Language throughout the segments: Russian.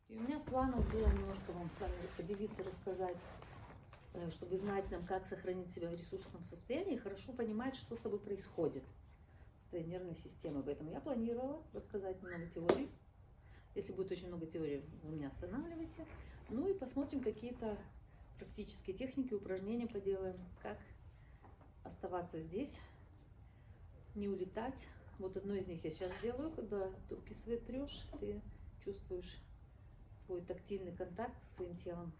И у меня в планах было немножко вам с вами поделиться, рассказать, чтобы знать нам, как сохранить себя в ресурсном состоянии, хорошо понимать, что с тобой происходит с твоей нервной системой. Поэтому я планировала рассказать немного теорий. Если будет очень много теорий, вы меня останавливаете. Ну и посмотрим какие-то практические техники, упражнения поделаем, как оставаться здесь, не улетать. Вот одно из них я сейчас делаю, когда руки свои трешь, ты чувствуешь свой тактильный контакт со своим телом.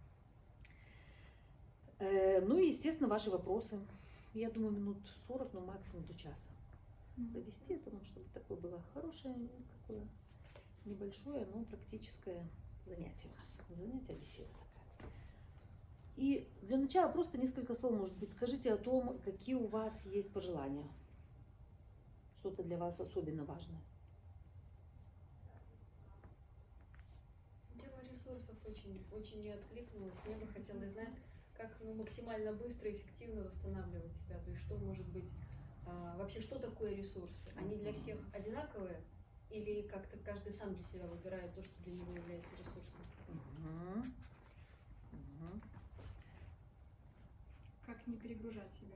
Ну и, естественно, ваши вопросы. Я думаю, минут 40, но максимум до часа провести, потому чтобы такое было хорошее, какое небольшое, но практическое занятие у нас. Занятие, беседа такая. И для начала просто несколько слов, может быть, скажите о том, какие у вас есть пожелания. Что-то для вас особенно важное. Тема ресурсов очень не откликнулась. Мне бы хотелось знать, как максимально быстро и эффективно восстанавливать себя. То есть что может быть, вообще что такое ресурсы? Они для всех одинаковые или как-то каждый сам для себя выбирает то, что для него является ресурсом? Как не перегружать себя?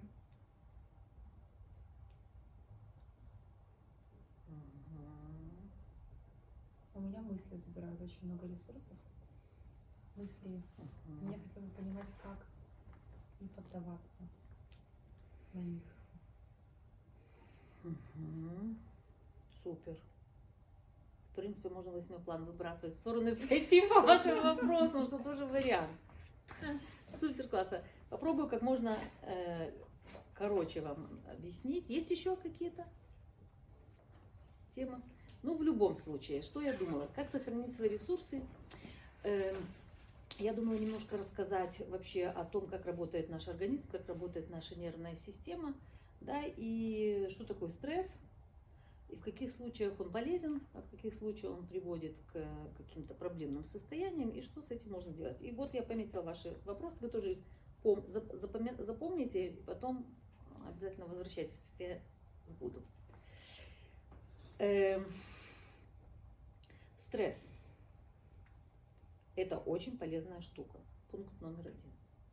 У меня мысли забирают очень много ресурсов. Мысли. Мне хотя бы понимать, как не поддаваться на них. Супер. В принципе, можно 8-й план выбрасывать в сторону и пойти по вашим вопросам, что тоже вариант. Супер классно. Попробую как можно короче вам объяснить. Есть еще какие-то темы? Ну, в любом случае, что я думала? Как сохранить свои ресурсы? Я думала немножко рассказать вообще о том, как работает наш организм, как работает наша нервная система, да, и что такое стресс, и в каких случаях он полезен, а в каких случаях он приводит к каким-то проблемным состояниям, и что с этим можно делать. И вот я пометила ваши вопросы, вы тоже запомните, и потом обязательно возвращайтесь, я буду. Стресс. Это очень полезная штука. Пункт номер 1.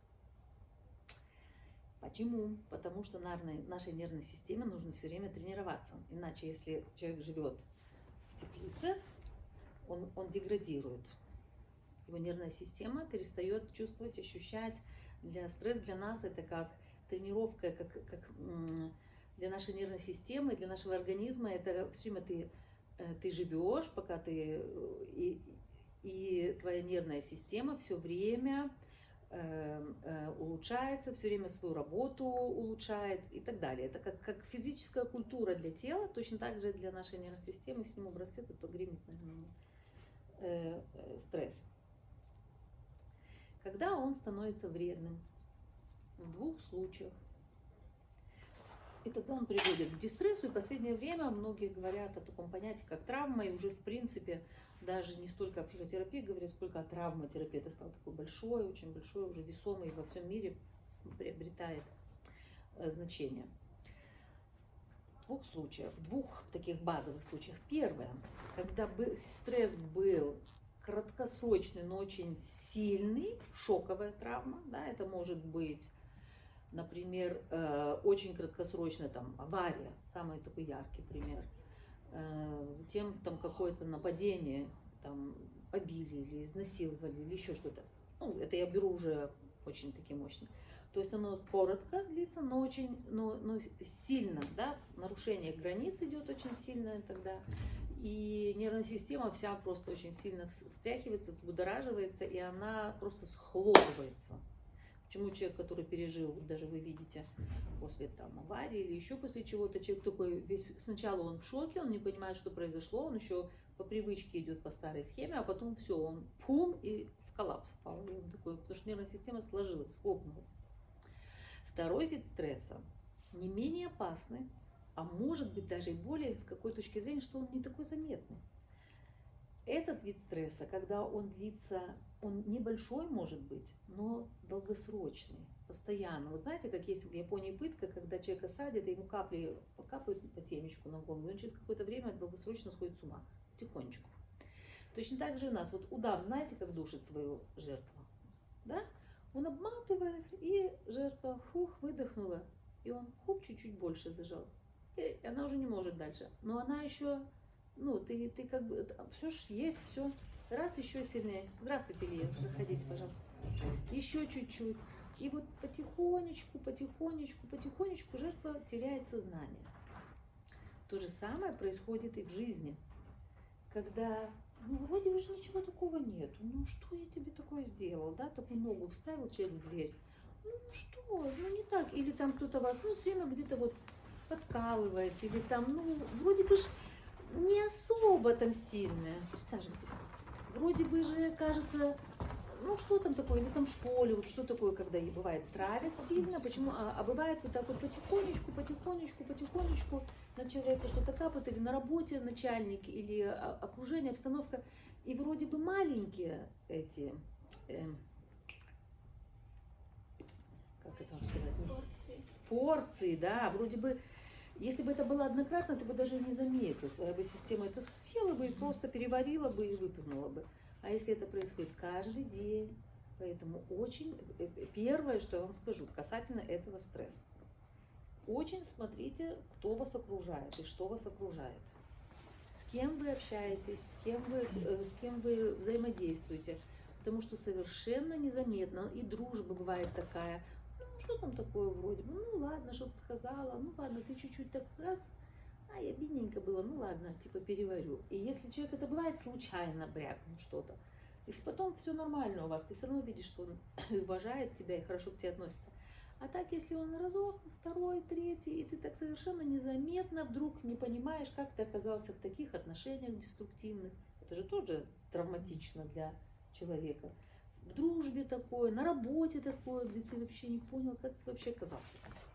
Почему? Потому что нашей нервной системе нужно все время тренироваться. Иначе, если человек живет в теплице, он деградирует. Его нервная система перестает чувствовать, ощущать. Стресс для нас это как тренировка, как для нашей нервной системы, для нашего организма. Это все время ты живешь, пока ты и твоя нервная система все время улучшается, все время свою работу улучшает и так далее. Это как физическая культура для тела, точно так же для нашей нервной системы. Сниму браслет и погремит, наверное, стресс. Когда он становится вредным? В 2 случаях. И тогда он приводит к дистрессу, и в последнее время многие говорят о таком понятии, как травма, и уже в принципе даже не столько о психотерапии говорят, сколько о травматерапии. Это стало такой большой, очень большой, уже весомый во всем мире приобретает значение. В 2 случаях, в 2 таких базовых случаях. Первое, когда стресс был краткосрочный, но очень сильный, шоковая травма, да, это может быть, например, очень краткосрочная авария, самый такой яркий пример. Затем какое-то нападение, побили или изнасиловали, или еще что-то. Ну, это я беру уже очень таки мощно. То есть оно коротко длится, но сильно, да, нарушение границ идет очень сильное тогда. И нервная система вся просто очень сильно встряхивается, взбудораживается, и она просто схлопывается. Почему человек, который пережил, даже вы видите, после аварии или еще после чего-то, человек такой, сначала он в шоке, он не понимает, что произошло, он еще по привычке идет по старой схеме, а потом все, он и в коллапс впал. И он такой, потому что нервная система сложилась, схлопнулась. Второй вид стресса не менее опасный, а может быть даже и более, с какой точки зрения, что он не такой заметный. Этот вид стресса, когда он длится, он небольшой может быть, но долгосрочный, постоянно. Вот знаете, как есть в Японии пытка, когда человека садят, и ему капли капают по темечку на голову, и он через какое-то время долгосрочно сходит с ума, потихонечку. Точно так же у нас. Вот удав, знаете, как душит свою жертву? Да? Он обматывает, и жертва, выдохнула, и он, чуть-чуть больше зажал. И она уже не может дальше. Но она еще, ты как бы, все ж есть, все. Раз, еще сильнее. Здравствуйте, Лия, заходите, пожалуйста. Еще чуть-чуть. И вот потихонечку жертва теряет сознание. То же самое происходит и в жизни. Когда, вроде бы же ничего такого нет. Что я тебе такое сделал, да? Такую ногу вставил человек в дверь. Что? Не так. Или там кто-то вас, все время где-то вот подкалывает. Или там, вроде бы же не особо там сильное. Присаживайтесь. Вроде бы же кажется, что там такое, или там в школе, вот что такое, когда ей бывает травят сильно, почему, а бывает вот так вот потихонечку на человека что-то капает, или на работе начальник, или окружение, обстановка, и вроде бы маленькие эти, как это сказать, порции, да, вроде бы, если бы это было однократно, ты бы даже не заметил, твоя бы система это съела бы и просто переварила бы и выплюнула бы. А если это происходит каждый день, поэтому очень, первое, что я вам скажу касательно этого стресса, очень смотрите, кто вас окружает и что вас окружает. С кем вы общаетесь, с кем вы взаимодействуете, потому что совершенно незаметно, и дружба бывает такая, что там такое вроде бы, ладно, что ты сказала, ладно, ты чуть-чуть так раз, и обидненько было, ладно, типа переварю. И если человек, это бывает случайно брякнул что-то, если потом все нормально у вас, ты все равно видишь, что он уважает тебя и хорошо к тебе относится. А так, если он разок, второй, третий, и ты так совершенно незаметно вдруг не понимаешь, как ты оказался в таких отношениях деструктивных, это же тоже травматично для человека. В дружбе такое, на работе такое, где ты вообще не понял, как ты вообще оказался.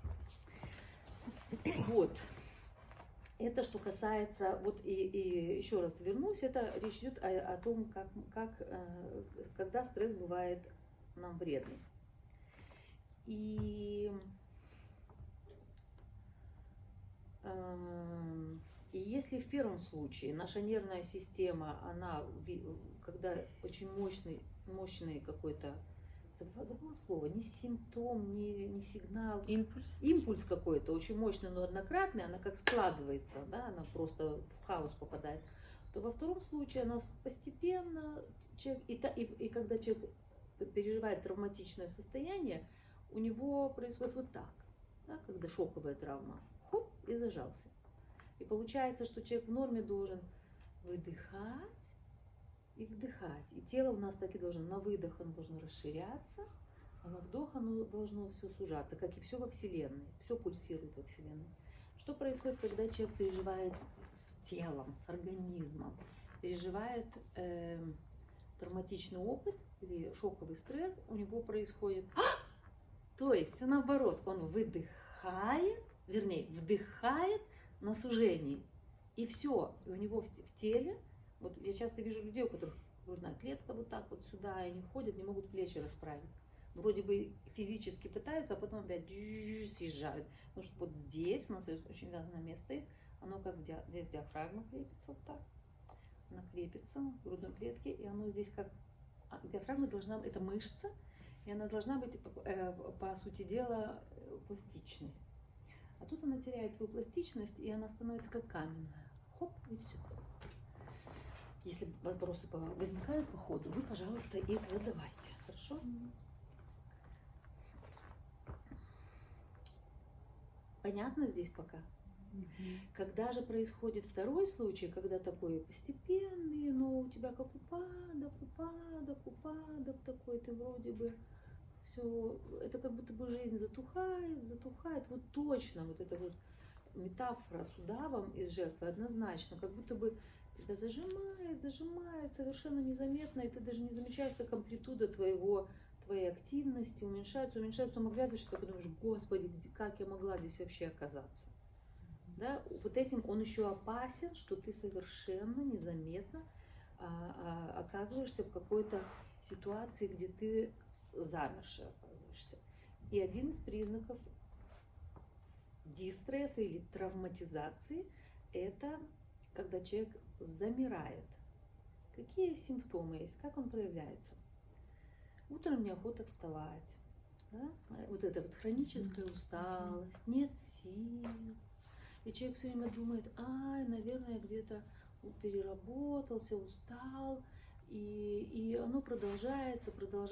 Вот. Это что касается, и еще раз вернусь, это речь идет о том, когда стресс бывает нам вредный. И если в первом случае наша нервная система, она, когда очень мощный какой-то, забыла слово, не симптом, не сигнал. Импульс какой-то, очень мощный, но однократный, она как складывается, да, она просто в хаос попадает. То во втором случае она постепенно, и когда человек переживает травматичное состояние, у него происходит вот так, да, когда шоковая травма, и зажался. И получается, что человек в норме должен выдыхать и вдыхать. И тело у нас так и должно, на выдох оно должно расширяться, а на вдох оно должно все сужаться, как и все во Вселенной. Все пульсирует во Вселенной. Что происходит, когда человек переживает с телом, с организмом, переживает травматичный опыт или шоковый стресс, у него происходит... То есть, наоборот, он вдыхает на сужении, и все, и у него в теле, вот я часто вижу людей, у которых грудная клетка вот так вот сюда, и они ходят, не могут плечи расправить. Вроде бы физически пытаются, а потом опять съезжают. Потому что вот здесь у нас очень вязаное место есть, оно как здесь диафрагма крепится вот так, она крепится в грудной клетке, и оно здесь как, диафрагма должна, это мышца, и она должна быть, по сути дела, пластичной. А тут она теряет свою пластичность, и она становится как каменная. И все. Если вопросы возникают по ходу, вы, пожалуйста, их задавайте. Хорошо? Понятно здесь пока? Когда же происходит второй случай, когда такой постепенный, но у тебя как упадок такой, ты вроде бы все, это как будто бы жизнь затухает, вот точно, вот эта вот метафора с удавом из жертвы однозначно, как будто бы тебя зажимает совершенно незаметно, и ты даже не замечаешь, как амплитуда твоей активности уменьшается, оглядываешься, только думаешь, Господи, как я могла здесь вообще оказаться? Да? Вот этим он еще опасен, что ты совершенно незаметно оказываешься в какой-то ситуации, где ты замерший оказываешься. И один из признаков дистресса или травматизации – это когда человек замирает, Какие симптомы есть, как он проявляется? Утром неохота вставать, да? Вот эта вот хроническая усталость, нет сил. И человек все время думает, ай, наверное, где-то переработался, устал. И оно продолжается.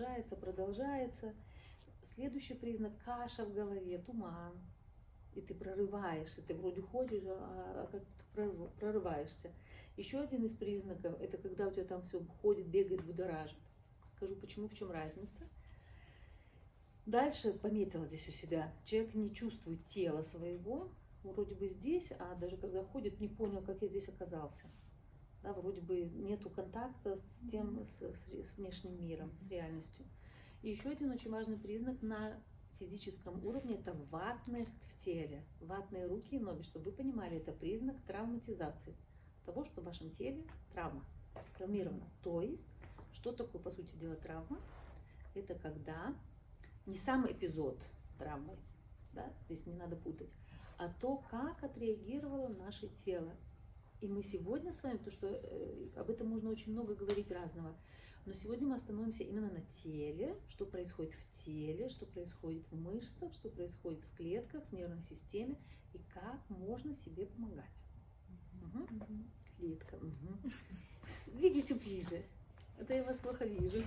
Следующий признак – каша в голове, туман. И ты прорываешься, ты вроде ходишь, а как-то прорываешься. Еще один из признаков – это когда у тебя там все ходит, бегает, будоражит. Скажу почему, в чем разница. Дальше пометила здесь у себя. Человек не чувствует тела своего, вроде бы здесь, а даже когда ходит, не понял, как я здесь оказался. Да, вроде бы нету контакта с тем, с внешним миром, с реальностью. И еще один очень важный признак на физическом уровне – это ватность в теле. Ватные руки и ноги, чтобы вы понимали, это признак травматизации. Того, что в вашем теле травмировано. То есть, что такое, по сути дела, травма? Это когда не сам эпизод травмы, да, здесь не надо путать, а то, как отреагировало наше тело. И мы сегодня с вами, потому что об этом можно очень много говорить разного, но сегодня мы остановимся именно на теле, что происходит в теле, что происходит в мышцах, что происходит в клетках, в нервной системе, и как можно себе помогать. Клетка. Двигайте ближе. Это я вас плохо вижу.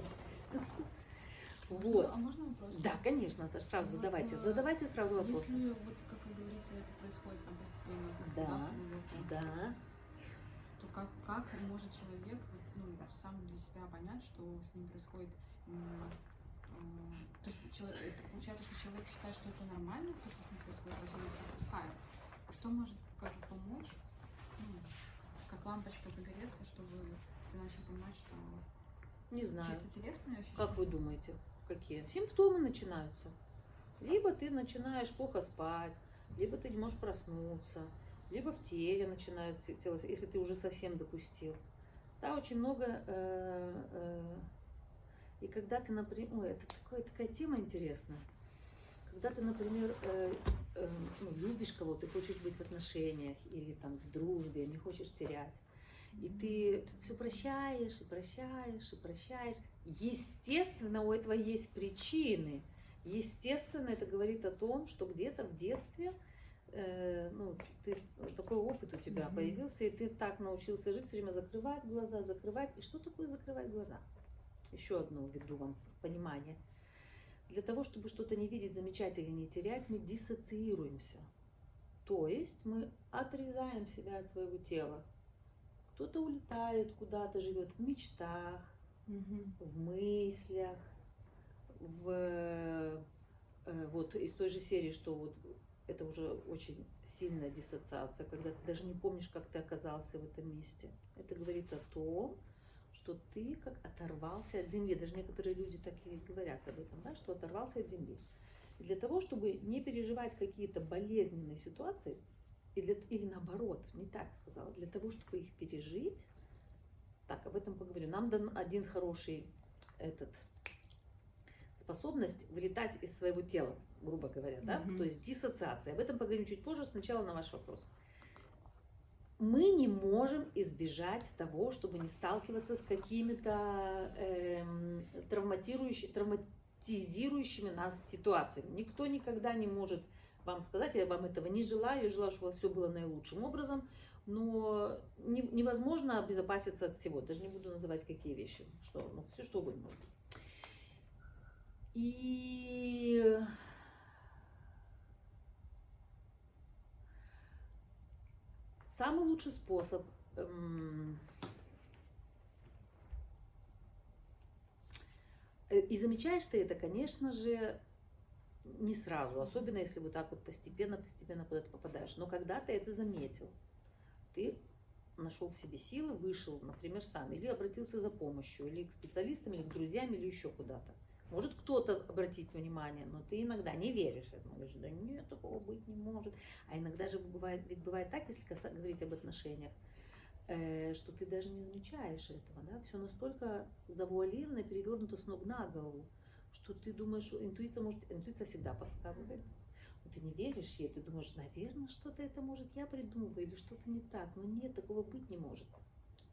Вот. А можно вопрос? Да, конечно, это сразу Вот, задавайте сразу вопросы. Если, вот, как вы говорите, это происходит там постепенно, Да. то как может человек сам для себя понять, что с ним происходит? То есть это получается, что человек считает, что это нормально, то, что с ним происходит, то есть он их пропускает. Что может как бы помочь, как лампочка загореться, чтобы ты начал понимать, что Не знаю. чисто телесные ощущения? Как вы думаете, какие? Симптомы начинаются. Либо ты начинаешь плохо спать, либо ты не можешь проснуться, либо в теле начинает тело, если ты уже совсем допустил. Да, очень много. И когда ты, например, это такая тема интересная. Когда ты, например, любишь кого-то, ты хочешь быть в отношениях или там в дружбе, не хочешь терять. И ты все прощаешь, и прощаешь, и прощаешь. Естественно, у этого есть причины. Естественно, это говорит о том, что где-то в детстве такой опыт у тебя появился, и ты так научился жить, все время закрывать глаза, закрывать. И что такое закрывать глаза? Еще одно введу вам понимание. Для того, чтобы что-то не видеть, замечать или не терять, мы диссоциируемся. То есть мы отрезаем себя от своего тела. Кто-то улетает куда-то, живет в мечтах, в мыслях, вот из той же серии, что вот это уже очень сильная диссоциация, когда ты даже не помнишь, как ты оказался в этом месте. Это говорит о том, что ты как оторвался от земли. Даже некоторые люди так и говорят об этом, да, что оторвался от земли. И для того, чтобы не переживать какие-то болезненные ситуации, или наоборот, не так сказала, для того, чтобы их пережить, так, об этом поговорю. Нам дан один хороший способность вылетать из своего тела, грубо говоря, да, то есть диссоциация. Об этом поговорим чуть позже, сначала на ваш вопрос. Мы не можем избежать того, чтобы не сталкиваться с какими-то травматизирующими нас ситуациями. Никто никогда не может вам сказать, я вам этого не желаю, я желаю, чтобы у вас все было наилучшим образом, но невозможно обезопаситься от всего. Даже не буду называть какие вещи, все что угодно может быть. И самый лучший способ и замечаешь ты это, конечно же, не сразу, особенно если вот так вот постепенно куда-то попадаешь. Но когда ты это заметил, ты нашел в себе силы, вышел, например, сам, или обратился за помощью, или к специалистам, или к друзьям, или еще куда-то. Может кто-то обратить внимание, но ты иногда не веришь этому, говоришь, да нет, такого быть не может. А иногда же бывает так, если говорить об отношениях, что ты даже не замечаешь этого, да, все настолько завуалировано, перевернуто с ног на голову, что ты думаешь, интуиция всегда подсказывает, но ты не веришь ей, ты думаешь, наверное, что-то это может я придумываю или что-то не так, но нет, такого быть не может, да,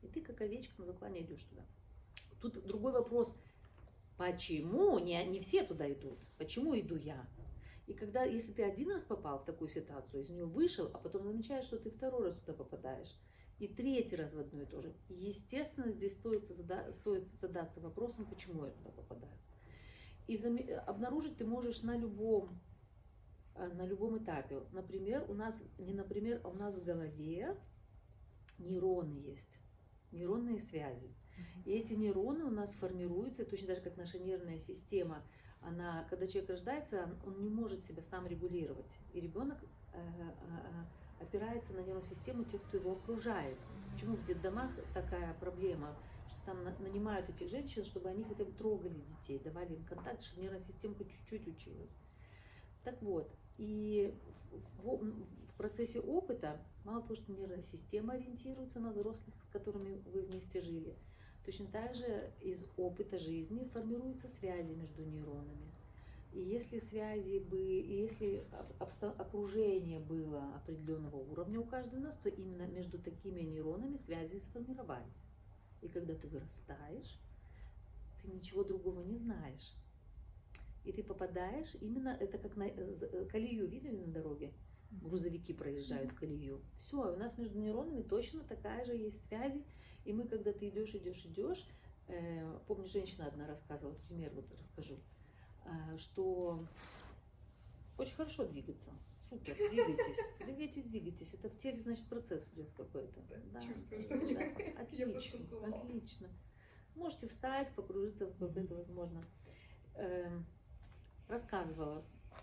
И ты как овечка на заклане идешь туда. Тут другой вопрос, почему не все туда идут? Почему иду я? И когда, если ты один раз попал в такую ситуацию, из нее вышел, а потом замечаешь, что ты второй раз туда попадаешь, и третий раз в одно и то же, естественно, здесь стоит задаться вопросом, почему я туда попадаю. И обнаружить ты можешь на любом этапе. Например, у нас в голове нейроны есть, нейронные связи. И эти нейроны у нас формируются, точно так же, как наша нервная система. Когда человек рождается, он не может себя сам регулировать. И ребенок опирается на нервную систему тех, кто его окружает. Почему в детдомах такая проблема? Что там нанимают этих женщин, чтобы они хотя бы трогали детей, давали им контакт, чтобы нервная система хоть чуть-чуть училась. Так вот, и в процессе опыта, мало того, что нервная система ориентируется на взрослых, с которыми вы вместе жили, точно так же из опыта жизни формируются связи между нейронами. И если если окружение было определенного уровня у каждого из нас, то именно между такими нейронами связи сформировались. И когда ты вырастаешь, ты ничего другого не знаешь. И ты попадаешь именно, это как на колею, видели на дороге? Грузовики проезжают колею. Все, у нас между нейронами точно такая же есть связи. И мы, когда ты идешь, помню, женщина одна рассказывала, пример вот расскажу, что очень хорошо двигаться, супер, двигайтесь, это в теле, значит, процесс идет какой-то. Да, чувствую, что мне отлично. Можете встать, покружиться, это возможно. Рассказывала,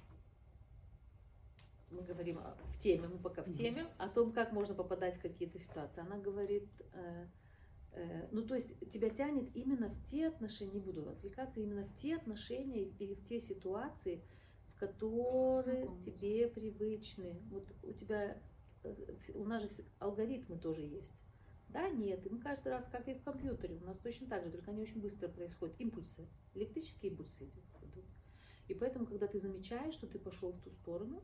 мы говорим в теме, мы пока в теме, о том, как можно попадать в какие-то ситуации. Она говорит, то есть тебя тянет именно в те отношения, не буду отвлекаться, именно в те отношения или в те ситуации, в которые тебе привычны. Вот у нас же алгоритмы тоже есть. Да, нет, и мы каждый раз, как и в компьютере, у нас точно так же, только они очень быстро происходят. Импульсы, электрические импульсы идут. И поэтому, когда ты замечаешь, что ты пошел в ту сторону,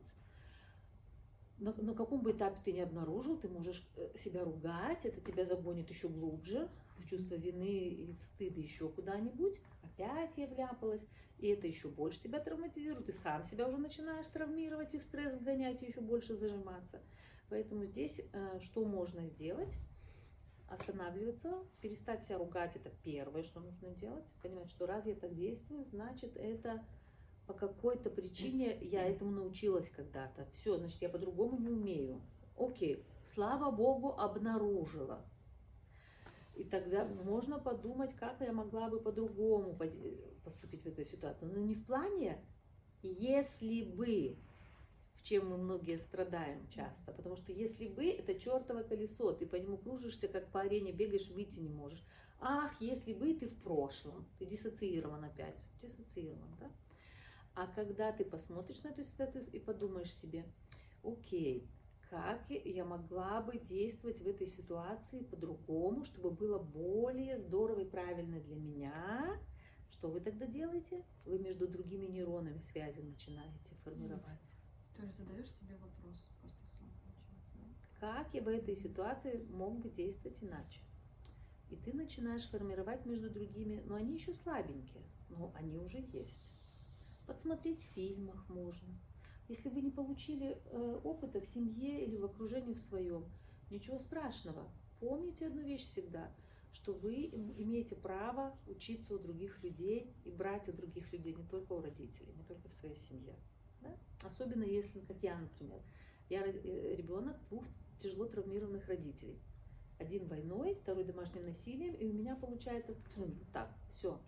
на каком бы этапе ты не обнаружил, ты можешь себя ругать, это тебя загонит еще глубже, в чувство вины и в стыд еще куда-нибудь, опять я вляпалась, и это еще больше тебя травматизирует, ты сам себя уже начинаешь травмировать и в стресс вгонять, и еще больше зажиматься. Поэтому здесь что можно сделать? Останавливаться, перестать себя ругать, это первое, что нужно делать, понимать, что раз я так действую, значит это по какой-то причине я этому научилась когда-то. Все, значит, я по-другому не умею. Окей, слава Богу, обнаружила. И тогда можно подумать, как я могла бы по-другому поступить в этой ситуации. Но не в плане, если бы, в чем мы многие страдаем часто. Потому что если бы, это чертово колесо, ты по нему кружишься, как по арене бегаешь, выйти не можешь. Ах, если бы ты в прошлом, ты диссоциирован опять. Диссоциирован, да? А когда ты посмотришь на эту ситуацию и подумаешь себе, окей, как я могла бы действовать в этой ситуации по-другому, чтобы было более здорово и правильно для меня, что вы тогда делаете? Вы между другими нейронами связи начинаете формировать. То есть задаешь себе вопрос просто сам, получается, да? Как я в этой ситуации мог бы действовать иначе? И ты начинаешь формировать между другими, но они еще слабенькие, но они уже есть. Подсмотреть в фильмах можно. Если вы не получили опыта в семье или в окружении в своем, ничего страшного. Помните одну вещь всегда, что вы имеете право учиться у других людей и брать у других людей, не только у родителей, не только в своей семье. Да? Особенно если, как я, например, я ребенок двух тяжело травмированных родителей. Один войной, второй домашним насилием, и у меня получается так, все.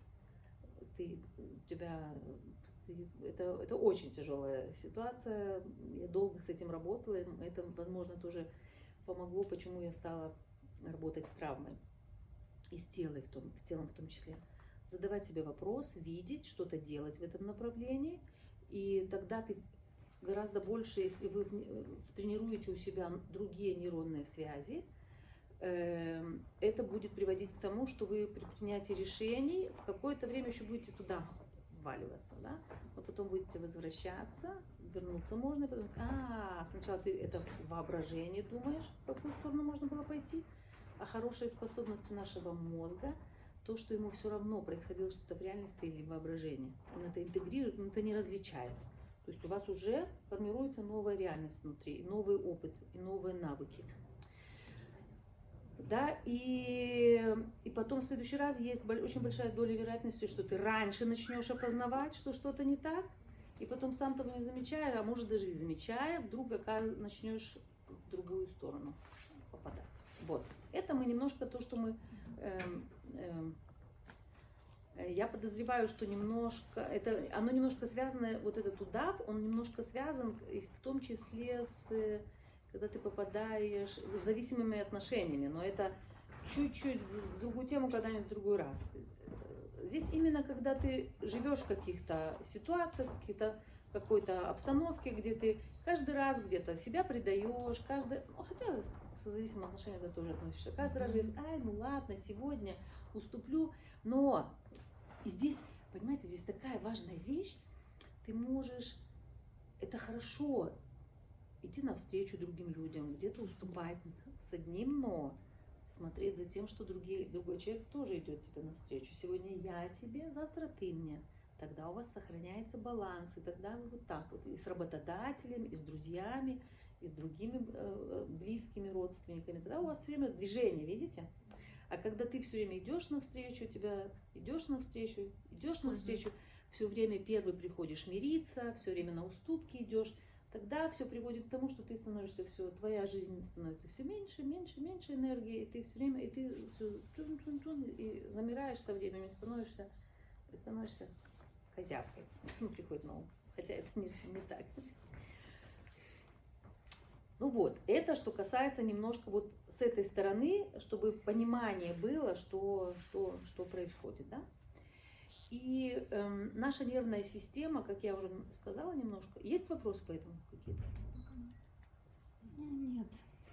Это очень тяжелая ситуация, я долго с этим работала, это, возможно, тоже помогло, почему я стала работать с травмой и с телом в том числе. Задавать себе вопрос, видеть, что-то делать в этом направлении, и тогда ты гораздо больше, если вы тренируете у себя другие нейронные связи, это будет приводить к тому, что вы при принятии решений в какое-то время еще будете туда вваливаться, да? Но потом будете возвращаться, вернуться можно, и потом, сначала ты это в воображении думаешь, в какую сторону можно было пойти, а хорошей способностью нашего мозга то, что ему все равно происходило что-то в реальности или в воображении. Он это интегрирует, он это не различает. То есть у вас уже формируется новая реальность внутри, и новый опыт, и новые навыки. Да, и потом в следующий раз есть очень большая доля вероятности, что ты раньше начнешь опознавать, что что-то не так, и потом сам того не замечая, а может даже и замечая, вдруг начнешь в другую сторону попадать. Вот. Это мы немножко то, что мы... я подозреваю, что оно немножко связано, вот этот удав, он немножко связан в том числе с... когда ты попадаешь с зависимыми отношениями, но это чуть-чуть в другую тему, когда-нибудь в другой раз. Здесь именно когда ты живешь в каких-то ситуациях, в какой-то обстановке, где ты каждый раз где-то себя предаешь, хотя со зависимым отношением ты тоже относишься, каждый раз говоришь, ну ладно, сегодня уступлю, но здесь, понимаете, здесь такая важная вещь, ты можешь, это хорошо, идти навстречу другим людям, где-то уступать с одним, но смотреть за тем, что другой человек тоже идет тебе навстречу. Сегодня я тебе, завтра ты мне. Тогда у вас сохраняется баланс, и тогда вы вот так вот и с работодателем, и с друзьями, и с другими близкими родственниками. Тогда у вас все время движение, видите? А когда ты все время идешь навстречу, все время первый приходишь мириться, все время на уступки идешь, тогда все приводит к тому, что ты становишься твоя жизнь становится все меньше энергии, и ты все время, и ты все и замираешь со временем, становишься козявкой. Приходит на ум. Хотя это не так. Ну вот, это что касается немножко вот с этой стороны, чтобы понимание было, что происходит, да? И наша нервная система, как я уже сказала немножко, есть вопросы по этому какие-то? Нет.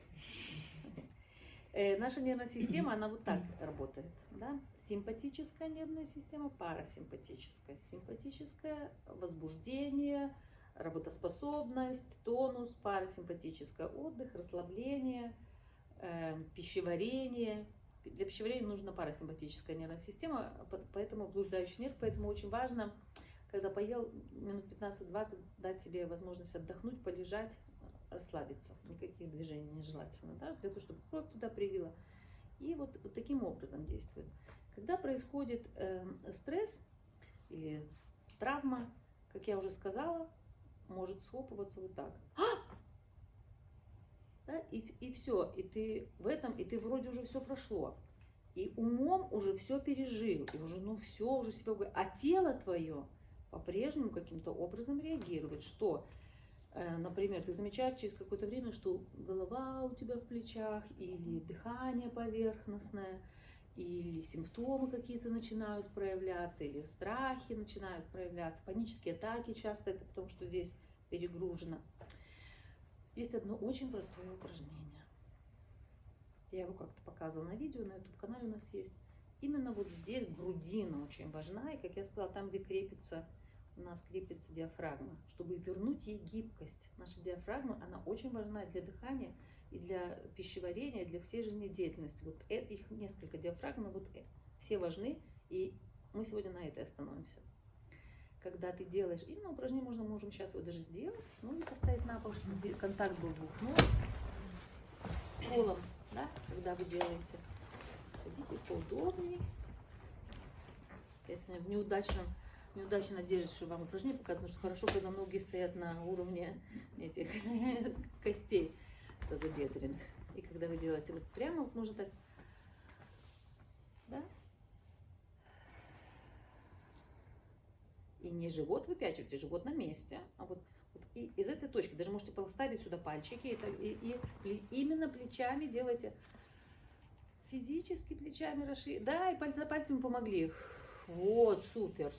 Наша нервная система, она вот так работает, да? Симпатическая нервная система, парасимпатическая. Симпатическое возбуждение, работоспособность, тонус, парасимпатическое отдых, расслабление, пищеварение. Для пищеварения нужна парасимпатическая нервная система, поэтому блуждающий нерв, поэтому очень важно, когда поел, минут 15-20 дать себе возможность отдохнуть, полежать, расслабиться. Никаких движений нежелательно, да, для того, чтобы кровь туда привила. И вот таким образом действует. Когда происходит стресс или травма, как я уже сказала, может схлопываться вот так. Да, и все, и ты в этом, и ты вроде уже все прошло. И умом уже все пережил, и уже, все, уже себя... А тело твое по-прежнему каким-то образом реагирует, что, например, ты замечаешь через какое-то время, что голова у тебя в плечах, или дыхание поверхностное, или симптомы какие-то начинают проявляться, или страхи начинают проявляться, панические атаки часто, это потому что здесь перегружено. Есть одно очень простое упражнение. Я его как-то показывала на видео, на YouTube-канале у нас есть. Именно вот здесь грудина очень важна, и, как я сказала, там, где у нас крепится диафрагма, чтобы вернуть ей гибкость. Наша диафрагма, она очень важна для дыхания, и для пищеварения, и для всей жизнедеятельности. Вот их несколько диафрагм, все важны, и мы сегодня на этой остановимся. Когда ты делаешь, именно упражнение можем сейчас его даже сделать, и поставить на пол, чтобы контакт был двух ног с полом, да, когда вы делаете. Садитесь поудобнее. Я сегодня в неудачной надежде, что вам упражнение показано, что хорошо, когда ноги стоят на уровне этих костей тазобедренных. И когда вы делаете вот прямо, вот можно так, да? И не живот выпячивайте, живот на месте, а вот и из этой точки, даже можете поставить сюда пальчики, и именно плечами делайте, физически плечами расширите, да, и пальцами помогли, вот, супер,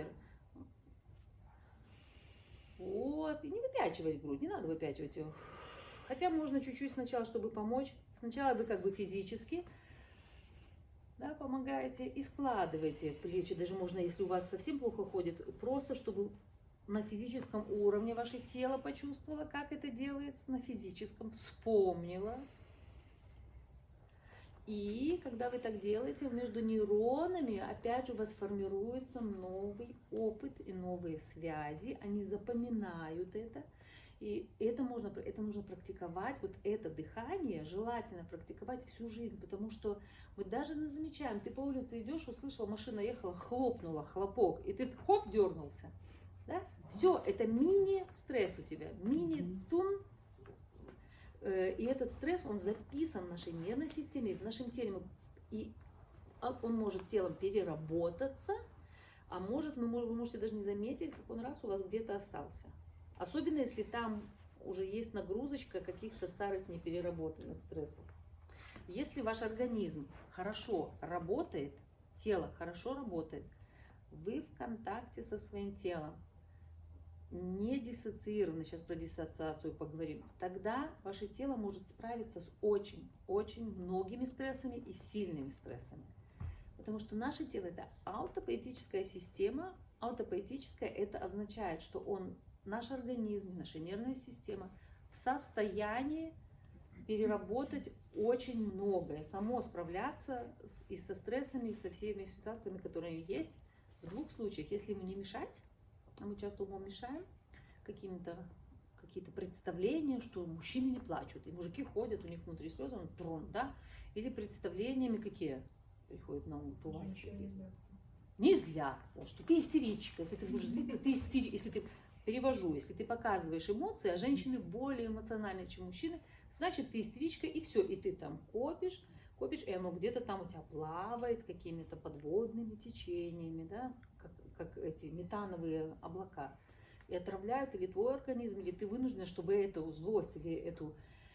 вот, и не выпячивать грудь, не надо выпячивать ее, хотя можно чуть-чуть сначала, чтобы помочь, сначала вы как бы физически, да, помогаете и складываете плечи, даже можно, если у вас совсем плохо ходит, просто чтобы на физическом уровне ваше тело почувствовало, как это делается, на физическом вспомнило. И когда вы так делаете, между нейронами опять же у вас формируется новый опыт и новые связи, они запоминают это. И это нужно практиковать, вот это дыхание желательно практиковать всю жизнь, потому что мы даже не замечаем, ты по улице идешь, услышал, машина ехала, хлопнула, хлопок, и ты хоп, дернулся. Да? Все, это мини-стресс у тебя, мини-тун. И этот стресс, он записан в нашей нервной системе, в нашем теле. И он может телом переработаться, а может, вы можете даже не заметить, как он раз у вас где-то остался. Особенно, если там уже есть нагрузочка каких-то старых непереработанных стрессов. Если ваш организм хорошо работает, тело хорошо работает, вы в контакте со своим телом, не диссоциированы, сейчас про диссоциацию поговорим, тогда ваше тело может справиться с очень многими стрессами и сильными стрессами. Потому что наше тело — это аутопоэтическая система. Аутопоэтическая — это означает, что наш организм, наша нервная система в состоянии переработать очень многое, само справляться и со стрессами, и со всеми ситуациями, которые есть. В двух случаях, если ему не мешать, а мы часто умом мешаем, какие-то представления, что мужчины не плачут, и мужики ходят, у них внутри слезы, он трон, да? Или представлениями какие приходят на ум, у вас не злятся, что ты истеричка, если ты будешь злиться, ты истеричка, если ты, перевожу, если ты показываешь эмоции, а женщины более эмоциональны, чем мужчины, значит ты истеричка, и все, и ты там копишь, и оно где-то там у тебя плавает какими-то подводными течениями, да, как эти метановые облака, и отравляют или твой организм, или ты вынуждена, чтобы эту злость, или эту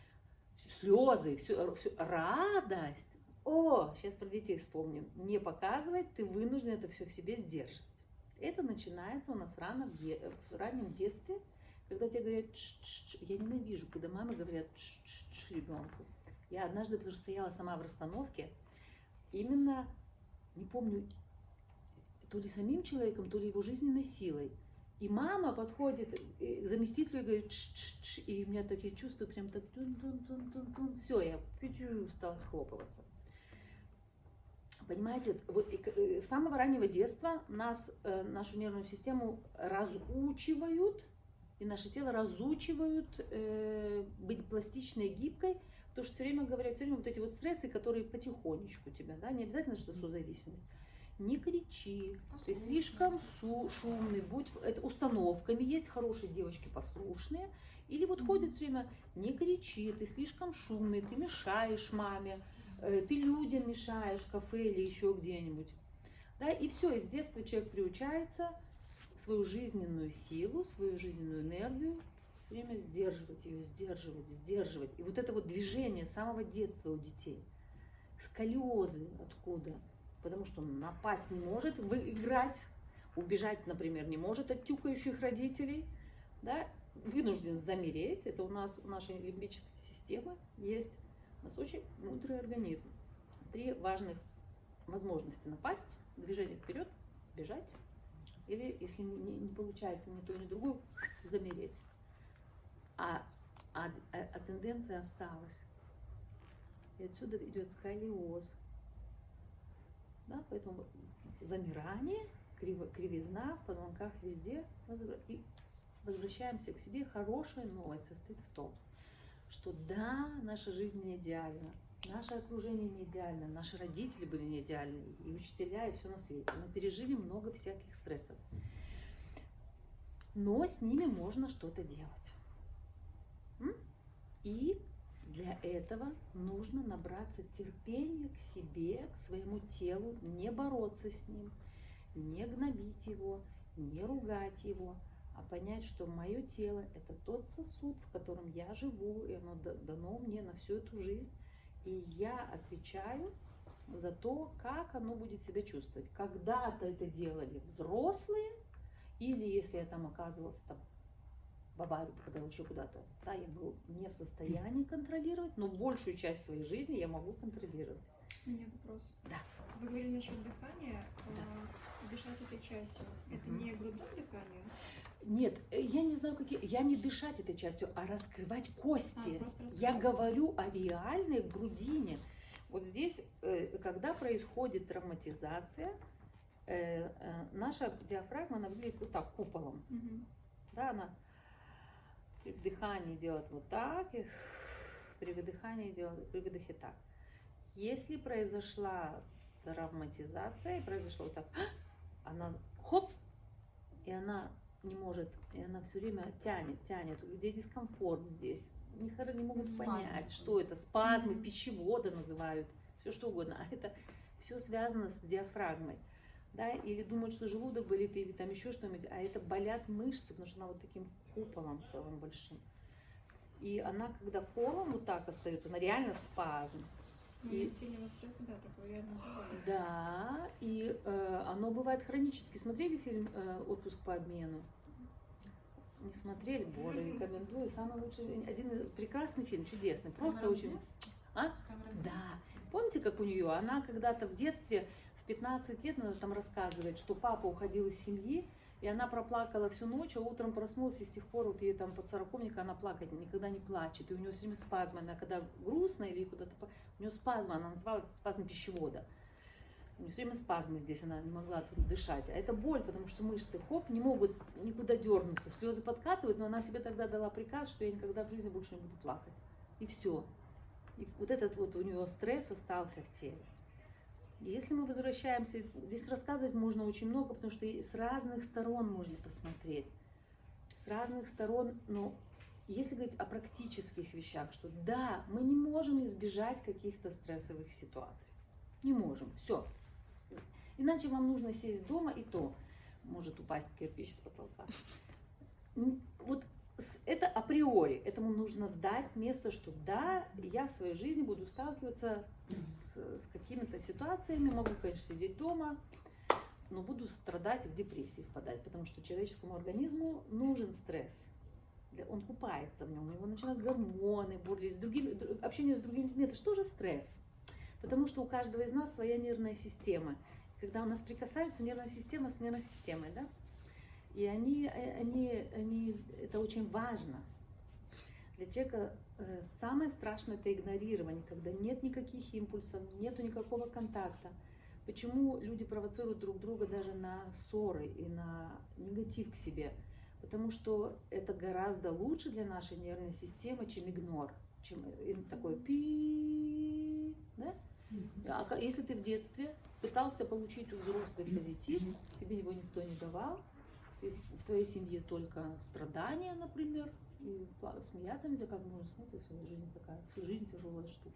слезы, всю радость, сейчас про детей вспомним, не показывать, ты вынужден это все в себе сдерживать. Это начинается у нас рано, в раннем детстве, когда тебе говорят я ненавижу, когда мамы говорят ребенку. Я однажды тоже стояла сама в расстановке, именно, не помню, то ли самим человеком, то ли его жизненной силой. И мама подходит к заместителю и говорит и у меня такие чувства, прям так все, я стала схлопываться. Понимаете, вот с самого раннего детства нашу нервную систему разучивают, и наше тело разучивают быть пластичной и гибкой, потому что все время говорят, вот эти вот стрессы, которые потихонечку тебя, да, не обязательно, что созависимость. Не кричи, ты слишком шумный, будь, это установками есть, хорошие девочки послушные, или вот ходят все время, не кричи, ты слишком шумный, ты мешаешь маме, ты людям мешаешь в кафе или еще где-нибудь. Да, и все, и с детства человек приучается свою жизненную силу, свою жизненную энергию все время сдерживать ее, сдерживать. И вот это вот движение с самого детства у детей. Сколиозы откуда? Потому что он напасть не может, выиграть, убежать, например, не может от тюкающих родителей, да, вынужден замереть. Это у нас, у нашей лимбической системы есть. У нас очень мудрый организм. 3 важных возможности: напасть, движение вперед, бежать, или, если не получается ни то, ни другое, замереть. А тенденция осталась. И отсюда идет сколиоз. Да, поэтому замирание, кривизна в позвонках везде. И возвращаемся к себе. Хорошая новость состоит в том, что да, наша жизнь не идеальна, наше окружение не идеально, наши родители были не идеальны, и учителя, и все на свете. Мы пережили много всяких стрессов. Но с ними можно что-то делать. И для этого нужно набраться терпения к себе, к своему телу, не бороться с ним, не гнобить его, не ругать его, а понять, что мое тело – это тот сосуд, в котором я живу, и оно дано мне на всю эту жизнь, и я отвечаю за то, как оно будет себя чувствовать. Когда-то это делали взрослые, или если я там оказывалась там, в Баварию, когда еще куда-то, да, я был не в состоянии контролировать, но большую часть своей жизни я могу контролировать. У меня вопрос. Да. Вы говорили насчет дыхания, дышать этой частью. Это не грудное дыхание? Нет, я не знаю, я не дышать этой частью, а раскрывать кости. Просто раскрывать. Я говорю о реальной грудине. Вот здесь, когда происходит травматизация, наша диафрагма, она выглядит вот так, куполом. Да, она при вдыхании делает вот так, и при выдыхании делает, при выдохе так. Если произошла травматизация, и произошло вот так, она хоп, и она не может, и она все время тянет, у людей дискомфорт здесь, не могут понять, что это, спазмы, пищевода называют, все что угодно, а это все связано с диафрагмой, да, или думают, что желудок болит, или там еще что-нибудь, а это болят мышцы, потому что она вот таким куполом целым большим, и она, когда колом вот так остается, она реально спазм. И сильного стресса, да, такое реально бывает. Да, и оно бывает хронически. Смотрели фильм «Отпуск по обмену»? Не смотрели? Боже, рекомендую. Самый лучший, один прекрасный фильм, чудесный. Просто очень... А? Да. Помните, как у нее? Она когда-то в детстве, в 15 лет, она там рассказывает, что папа уходил из семьи, и она проплакала всю ночь, а утром проснулась, и с тех пор вот ей там под 40-ника она плакать никогда не плачет. И у нее все время спазмы. Она когда грустно или куда-то... У нее спазмы, она называла это спазм пищевода. У нее все время спазмы здесь, она не могла тут дышать. А это боль, потому что мышцы, хоп, не могут никуда дернуться. Слезы подкатывают, но она себе тогда дала приказ, что я никогда в жизни больше не буду плакать. И все. И вот этот вот у нее стресс остался в теле. И если мы возвращаемся, здесь рассказывать можно очень много, потому что с разных сторон можно посмотреть. С разных сторон, но если говорить о практических вещах, что да, мы не можем избежать каких-то стрессовых ситуаций. Не можем. Все. Иначе вам нужно сесть дома, и то может упасть кирпич с потолка. Вот это априори. Этому нужно дать место, что да, я в своей жизни буду сталкиваться с какими-то ситуациями, могу, конечно, сидеть дома, но буду страдать и в депрессии впадать, потому что человеческому организму нужен стресс. Он купается в нем, у него начинают гормоны бурлить, общение с другими людьми, это что же стресс? Потому что у каждого из нас своя нервная система. Когда у нас прикасается нервная система с нервной системой, да? И это очень важно. Для человека самое страшное — это игнорирование, когда нет никаких импульсов, нету никакого контакта. Почему люди провоцируют друг друга даже на ссоры и на негатив к себе? Потому что это гораздо лучше для нашей нервной системы, чем игнор, чем такое пи, да? А если ты в детстве пытался получить у взрослых позитив, тебе его никто не давал, и в твоей семье только страдания, например, и смеяться нельзя, как можно смотреть, свою жизнь такая, всю жизнь тяжелая штука.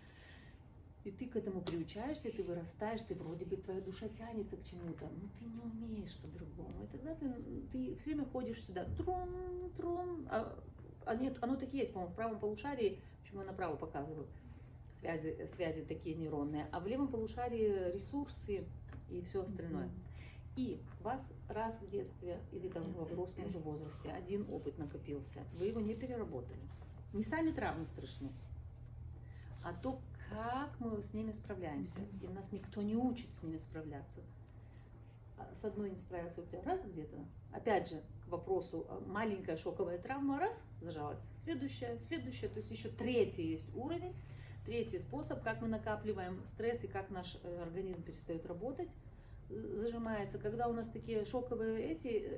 И ты к этому приучаешься, ты вырастаешь, ты вроде бы, твоя душа тянется к чему-то, но ты не умеешь по-другому. И тогда ты все время ходишь сюда, трон, оно так и есть, по-моему, в правом полушарии, почему я направо показываю, связи такие нейронные, а в левом полушарии ресурсы и все остальное. И у вас раз в детстве или там в взрослом уже возрасте один опыт накопился, вы его не переработали. Не сами травмы страшны, а то, как мы с ними справляемся. И нас никто не учит с ними справляться. С одной не справился у тебя раз где-то. Опять же, к вопросу, маленькая шоковая травма, раз, зажалась. Следующая. То есть еще третий есть уровень, третий способ, как мы накапливаем стресс и как наш организм перестает работать, зажимается. Когда у нас такие шоковые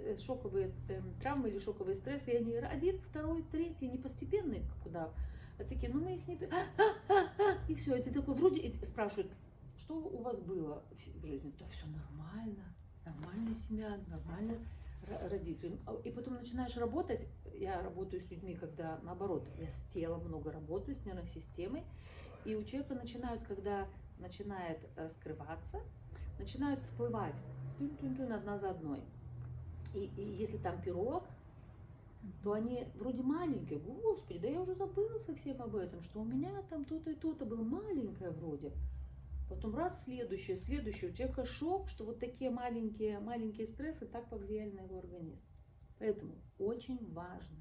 травмы или шоковые стрессы, и они один, второй, третий, не постепенные, куда. А такие, мы их не... И все, и ты такой, вроде, и спрашивают, что у вас было в жизни? Да все нормально, нормальная семья, нормально родители. И потом начинаешь работать, я работаю с людьми, когда наоборот, я с телом много работаю, с нервной системой, и у человека когда начинает скрываться, начинают всплывать одна за одной. И если там пирог, то они вроде маленькие, господи, да я уже забыла совсем об этом, что у меня там то-то и то-то было маленькое вроде. Потом раз, следующее, у человека шок, что вот такие маленькие стрессы так повлияли на его организм. Поэтому очень важно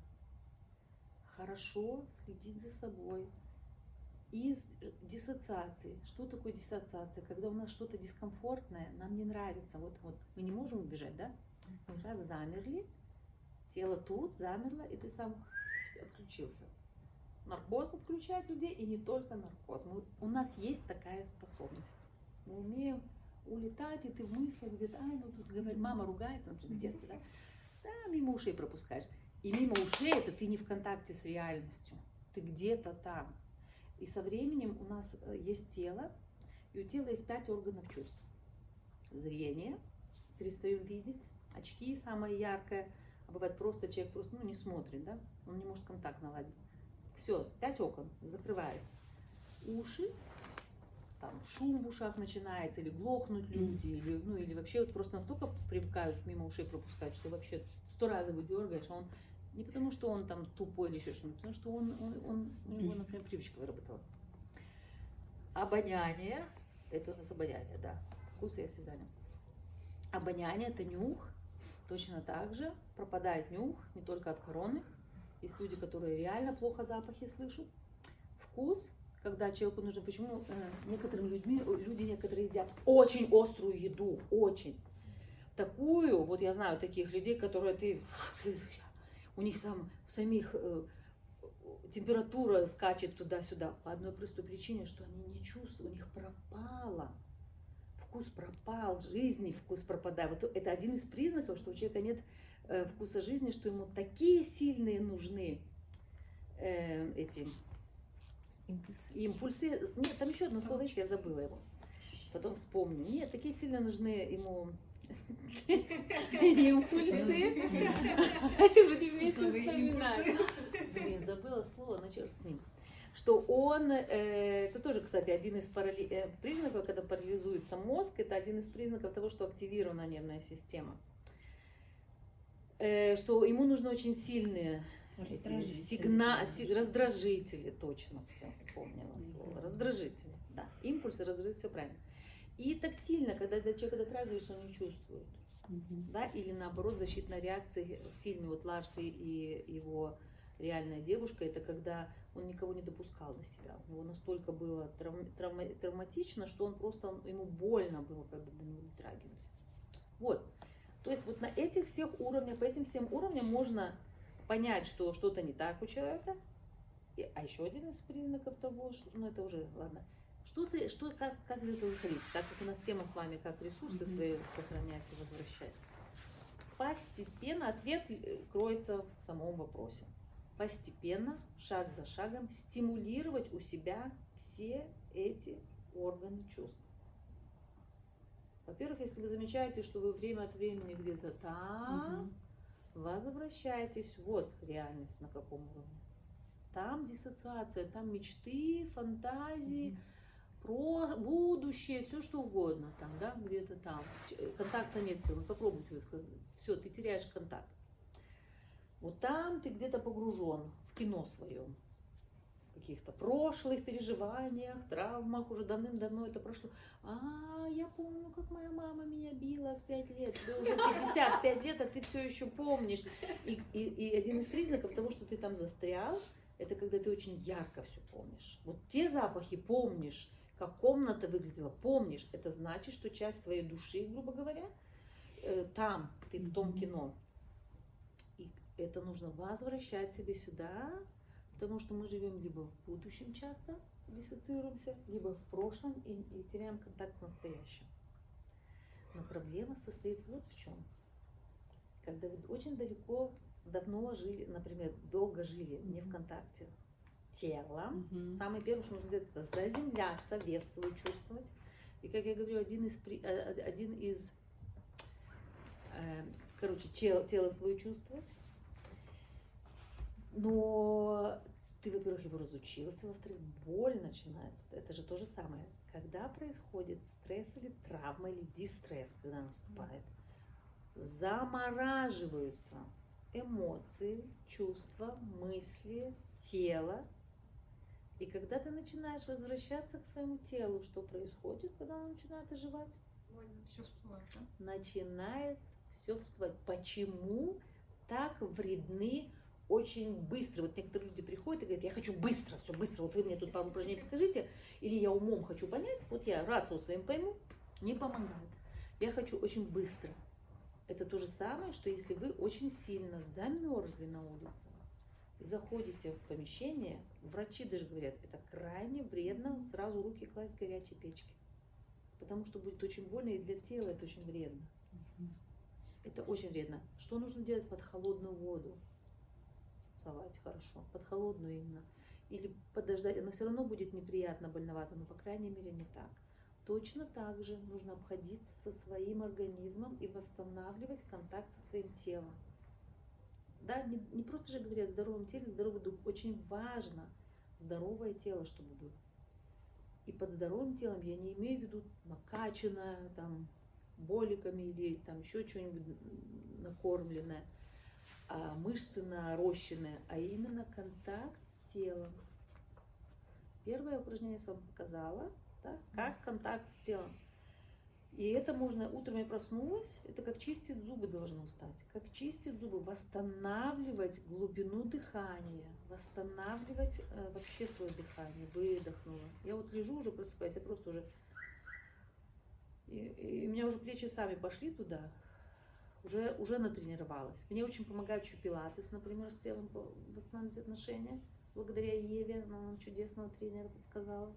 хорошо следить за собой. Из диссоциации. Что такое диссоциация? Когда у нас что-то дискомфортное, нам не нравится. Вот мы не можем убежать, да? Мы раз замерли, тело тут замерло, и ты сам отключился. наркоз отключать людей, и не только наркоз. У нас есть такая способность. Мы умеем улетать, и ты в мыслях где-то, ну тут говорит, мама ругается, например, в детстве, да? Да, мимо ушей пропускаешь. И мимо ушей это ты не в контакте с реальностью, ты где-то там. И со временем у нас есть тело, и у тела есть 5 органов чувств. Зрение, перестаем видеть, очки самое яркое, а бывает просто человек просто не смотрит, да, он не может контакт наладить. Все, 5 окон закрывает. Уши, там шум в ушах начинается, или глохнут люди, или вообще вот просто настолько привыкают мимо ушей пропускать, что вообще 100 раз его дергаешь, а он не потому, что он там тупой или еще что-нибудь, потому что у него, например, привычка выработалась. Обоняние, это у нас обоняние, да, вкус и осязание. Обоняние – это нюх, точно так же пропадает нюх не только от короны. Есть люди, которые реально плохо запахи слышат. Вкус, когда человеку нужно, почему люди некоторые едят очень острую еду, очень. Такую, вот я знаю таких людей, которые у них там самих температура скачет туда-сюда по одной простой причине, что они не чувствуют, у них пропало. Вкус пропал, жизни вкус пропадает. Вот это один из признаков, что у человека нет вкуса жизни, что ему такие сильные нужны эти импульсы. Нет, там еще одно слово есть, я забыла его. Потом вспомню. Нет, такие сильно нужны ему импульсы. А сейчас будем вместе вспоминать. Блин, забыла слово, но черт с ним. Что он, это тоже, кстати, один из признаков, когда парализуется мозг, это один из признаков того, что активирована нервная система. Что ему нужны очень сильные раздражители, точно, все, вспомнила слово, раздражители, да, импульсы, раздражители, все правильно. И тактильно, когда человек дотрагиваешься, он не чувствует, да, или наоборот, защитная реакция в фильме вот Ларс и его реальная девушка, это когда он никого не допускал до себя. У него настолько было травматично, что он просто, ему больно было, когда до него дотрагивались. Вот. То есть вот на этих всех уровнях, по этим всем уровням можно понять, что что-то не так у человека. А еще один из признаков того, что, ну это уже, ладно, как из этого выходить? Так как у нас тема с вами, как ресурсы свои сохранять и возвращать. Постепенно ответ кроется в самом вопросе. Постепенно, шаг за шагом, стимулировать у себя все эти органы чувств. Во-первых, если вы замечаете, что вы время от времени где-то там, возвращайтесь, вот реальность на каком уровне. Там диссоциация, там мечты, фантазии, про будущее, все что угодно там, да, где-то там. Контакта нет, вы попробуйте, все, ты теряешь контакт. Вот там ты где-то погружен в кино своем, в каких-то прошлых переживаниях, травмах, уже давным-давно это прошло. Я помню, как моя мама меня била в 5 лет, тебе уже 55 лет, а ты все еще помнишь. И один из признаков того, что ты там застрял, это когда ты очень ярко все помнишь. Вот те запахи помнишь, как комната выглядела, помнишь, это значит, что часть твоей души, грубо говоря, там, ты в том кино. Это нужно возвращать себе сюда, потому что мы живем либо в будущем часто, диссоциируемся, либо в прошлом и теряем контакт с настоящим. Но проблема состоит вот в чем. Когда вы очень давно жили, например, долго жили не в контакте с телом, самое первое, что нужно делать, это заземляться, вес свой чувствовать. И, как я говорю, тело свое чувствовать. Но ты, во-первых, его разучился, во-вторых, боль начинается. Это же то же самое. Когда происходит стресс или травма, или дистресс, когда наступает, замораживаются эмоции, чувства, мысли, тело. И когда ты начинаешь возвращаться к своему телу, что происходит, когда оно начинает оживать? Все всплывает, да? Начинает все всплывать. Почему так вредны очень быстро? Вот некоторые люди приходят и говорят, я хочу быстро, все быстро, вот вы мне тут пару упражнений покажите, или я умом хочу понять, вот я рацио своим пойму, не помогает. Я хочу очень быстро. Это то же самое, что если вы очень сильно замерзли на улице, и заходите в помещение, врачи даже говорят, это крайне вредно сразу руки класть в горячие печки. Потому что будет очень больно, и для тела это очень вредно. Это очень вредно. Что нужно делать? Под холодную воду совать хорошо, под холодную именно. Или подождать, оно все равно будет неприятно, больновато, но по крайней мере не так. Точно так же нужно обходиться со своим организмом и восстанавливать контакт со своим телом. Да, не просто же говорят о здоровом теле, здоровый дух. Очень важно здоровое тело, чтобы было. И под здоровым телом я не имею в виду накачанное, там, боликами или там еще что-нибудь накормленное, мышцы нарощенные, а именно контакт с телом. Первое упражнение я вам показала, да, как контакт с телом. И это можно, утром я проснулась, это как чистить зубы должно стать. Как чистить зубы, восстанавливать глубину дыхания, восстанавливать вообще свое дыхание, выдохнула. Я вот лежу уже, просыпаюсь, я просто уже... И у меня уже плечи сами пошли туда, уже натренировалась. Мне очень помогает еще пилатес, например, с телом восстанавливать отношения. Благодаря Еве, она нам чудесного тренера подсказала.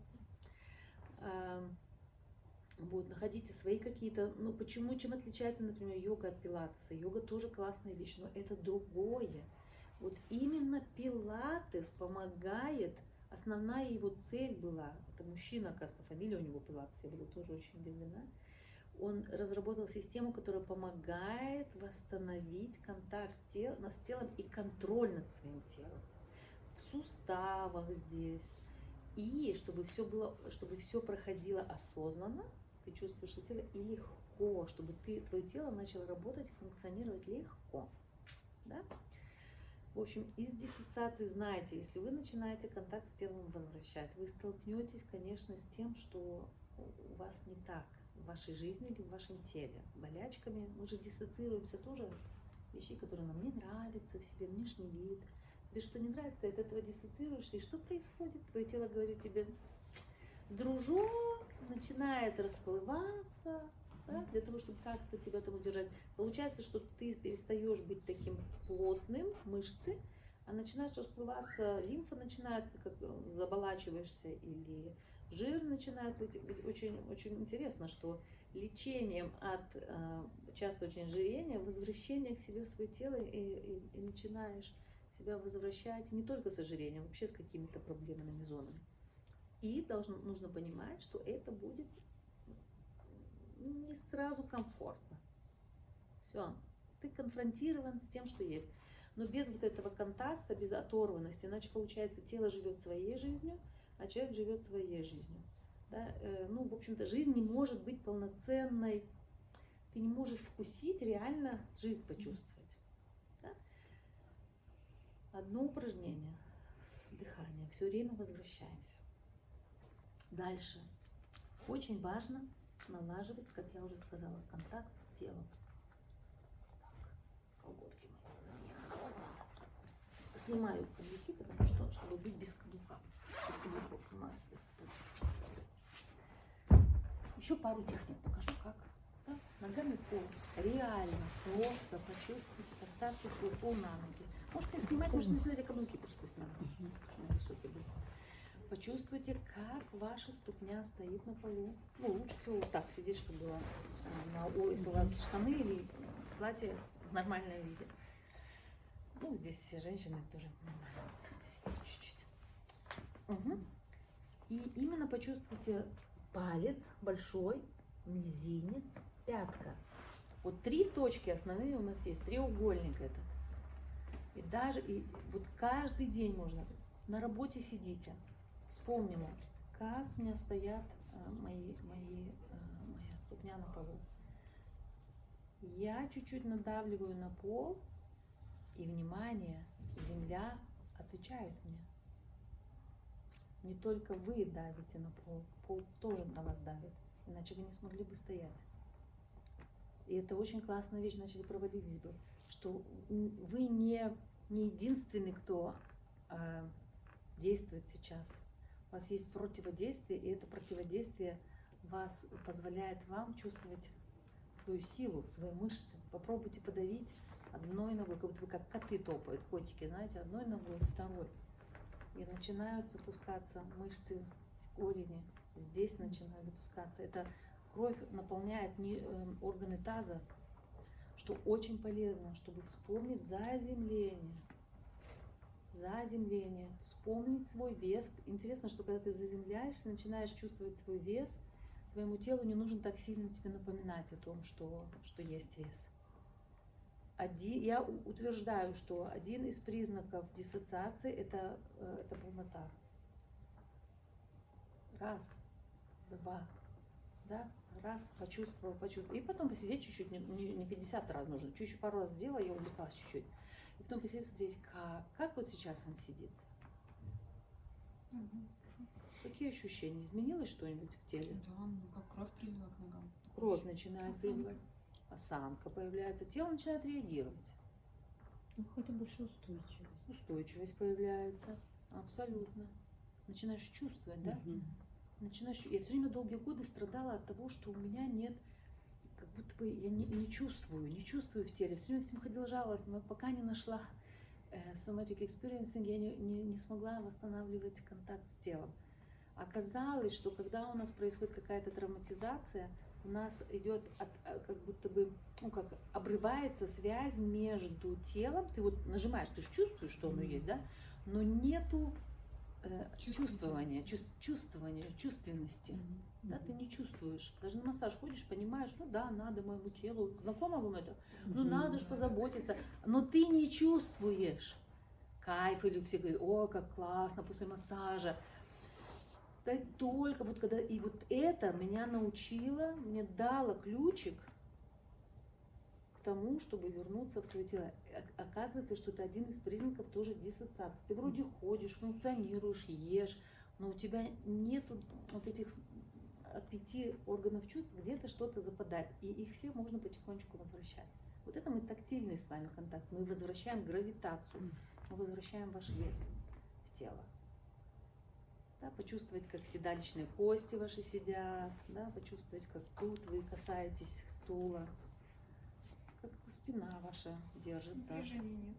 Вот, находите свои какие-то, ну почему, чем отличается, например, йога от пилатеса? Йога тоже классная вещь, но это другое. Вот именно пилатес помогает, основная его цель была, это мужчина, оказывается, фамилия у него Пилатес, я была тоже очень удивлена. Он разработал систему, которая помогает восстановить контакт с телом и контроль над своим телом. В суставах здесь. И чтобы все проходило осознанно, ты чувствуешь тело и легко, чтобы твое тело начало работать, функционировать легко. Да? В общем, из диссоциации знаете, если вы начинаете контакт с телом возвращать, вы столкнетесь, конечно, с тем, что у вас не так в вашей жизни или в вашем теле. Болячками мы же диссоциируемся тоже, вещи, которые нам не нравятся в себе, внешний вид. Тебе что не нравится, ты от этого диссоциируешься, и что происходит? Твое тело говорит тебе, дружок, начинает расплываться, да, для того, чтобы как-то тебя там удержать. Получается, что ты перестаешь быть таким плотным, мышцы, а начинаешь расплываться, лимфа начинает, как заболачиваешься, или жир начинает быть. Очень, очень интересно, что лечением от часто очень ожирения, возвращение к себе в свое тело, и начинаешь себя возвращать не только с ожирением, вообще с какими-то проблемными зонами. И нужно понимать, что это будет не сразу комфортно. Все, ты конфронтирован с тем, что есть. Но без вот этого контакта, без оторванности, иначе получается, тело живет своей жизнью, а человек живет своей жизнью. Да? Ну, в общем-то, жизнь не может быть полноценной. Ты не можешь вкусить реально жизнь почувствовать. Да? Одно упражнение с дыханием. Все время возвращаемся. Дальше. Очень важно налаживать, как я уже сказала, контакт с телом. Так, колготки мои. Снимаю каблуки, потому что, чтобы быть без каблуков. Без каблуков снимаю с Еще пару техник покажу, как. Да? Ногами пол. Реально, просто почувствуйте, поставьте свой пол на ноги. Можете снимать, можете не снимать, каблуки просто снимать. Очень высокие были. Почувствуйте, как ваша ступня стоит на полу. Ну, лучше всего вот так сидеть, чтобы было, если у вас штаны или платье в нормальном виде. Ну, здесь все женщины тоже нормально. Посидите чуть-чуть. Угу. И именно почувствуйте палец большой, мизинец, пятка. Вот 3 точки основные у нас есть, треугольник этот. И вот каждый день можно. На работе сидите. Вспомнила, как у меня стоят моя ступня на полу. Я чуть-чуть надавливаю на пол, и внимание, земля отвечает мне. Не только вы давите на пол, пол тоже на вас давит, иначе вы не смогли бы стоять. И это очень классная вещь, начали провалились бы, что вы не единственный, кто действует сейчас. У вас есть противодействие, и это противодействие позволяет вам чувствовать свою силу, свои мышцы. Попробуйте подавить одной ногой, как будто бы как коты топают, котики, знаете, одной ногой, второй. И начинают запускаться мышцы голени, здесь начинают запускаться. Это кровь наполняет органы таза, что очень полезно, чтобы вспомнить заземление. Заземление, вспомнить свой вес. Интересно, что когда ты заземляешься, начинаешь чувствовать свой вес, твоему телу не нужно так сильно тебе напоминать о том, что есть вес. Я утверждаю, что один из признаков диссоциации это полнота. Раз, два, да, раз, почувствовал. И потом посидеть чуть-чуть, не 50 раз нужно, чуть-чуть пару раз сделала, я увлеклась чуть-чуть. И потом посидеть, смотреть, как вот сейчас нам сидится. Какие ощущения? Изменилось что-нибудь в теле? Да, ну как кровь прилила к ногам. Кровь начинает приливать, осанка появляется, тело начинает реагировать. Ну, какая-то больше устойчивость. Устойчивость появляется, абсолютно. Начинаешь чувствовать, да? Я все время долгие годы страдала от того, что у меня нет, как будто бы я не чувствую в теле. Все время всем ходила, жаловалась, но пока не нашла somatic experiencing, я не смогла восстанавливать контакт с телом. Оказалось, что когда у нас происходит какая-то травматизация, у нас идет как будто бы, обрывается связь между телом, ты вот нажимаешь, ты же чувствуешь, что оно есть, да, но нету чувствования, чувственности, да, ты не чувствуешь. Даже на массаж ходишь, понимаешь, ну да, надо моему телу, знакомо вам это? Ну надо же позаботиться, но ты не чувствуешь кайф, или все говорят, о, как классно после массажа. Да только вот когда, и вот это меня научило, мне дало ключик к тому, чтобы вернуться в свое тело. Оказывается, что это один из признаков тоже диссоциации. Ты вроде ходишь, функционируешь, ешь, но у тебя нет вот этих от 5 органов чувств, где-то что-то западает. И их все можно потихонечку возвращать. Вот это мы тактильный с вами контакт. Мы возвращаем гравитацию, мы возвращаем ваш вес в тело. Да, почувствовать, как седалищные кости ваши сидят, да, почувствовать, как тут вы касаетесь стула, как спина ваша держится. Напряжения нет.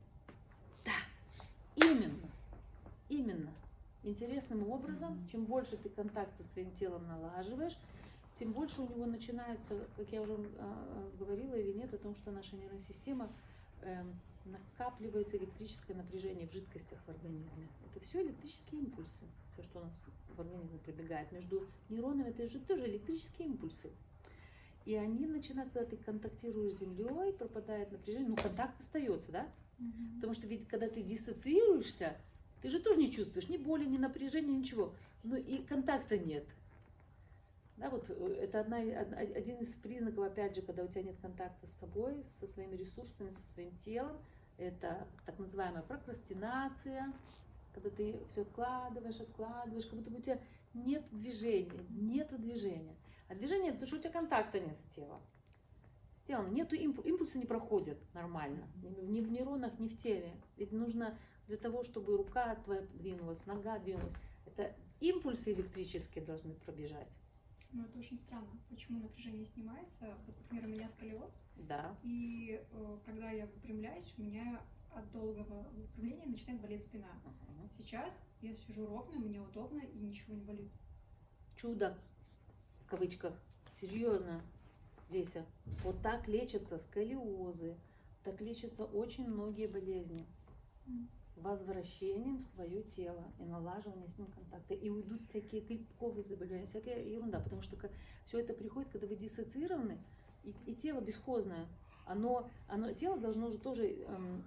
Да, именно. Интересным образом, чем больше ты контакт со своим телом налаживаешь, тем больше у него начинается, как я уже говорила или нет, о том, что наша нервная система накапливается электрическое напряжение в жидкостях в организме. Это все электрические импульсы. Все, что у нас в организме пробегает между нейронами, это же тоже электрические импульсы. И они начинают, когда ты контактируешь с землей, пропадает напряжение, но контакт остается, да? Потому что ведь когда ты диссоциируешься, ты же тоже не чувствуешь ни боли, ни напряжения, ничего. Но и контакта нет. Да, вот это один из признаков, опять же, когда у тебя нет контакта с собой, со своими ресурсами, со своим телом. Это так называемая прокрастинация, когда ты все откладываешь, как будто бы у тебя нет движения. А движение, потому что у тебя контакта нет с телом. С телом нету импульсы не проходят нормально, ни в нейронах, ни в теле. Ведь нужно для того, чтобы рука твоя двинулась, нога двинулась, это импульсы электрические должны пробежать. Ну, это очень странно. Почему напряжение снимается? Вот, например, у меня сколиоз. Да. И когда я выпрямляюсь, у меня от долгого выпрямления начинает болеть спина. Сейчас я сижу ровно, мне удобно и ничего не болит. Чудо, в кавычках, серьезно, Леся. Вот так лечатся сколиозы, так лечатся очень многие болезни. Возвращением в свое тело и налаживанием с ним контакта. И уйдут всякие грибковые заболевания, всякая ерунда, потому что все это приходит, когда вы диссоциированы, и тело бесхозное. Тело должно уже тоже,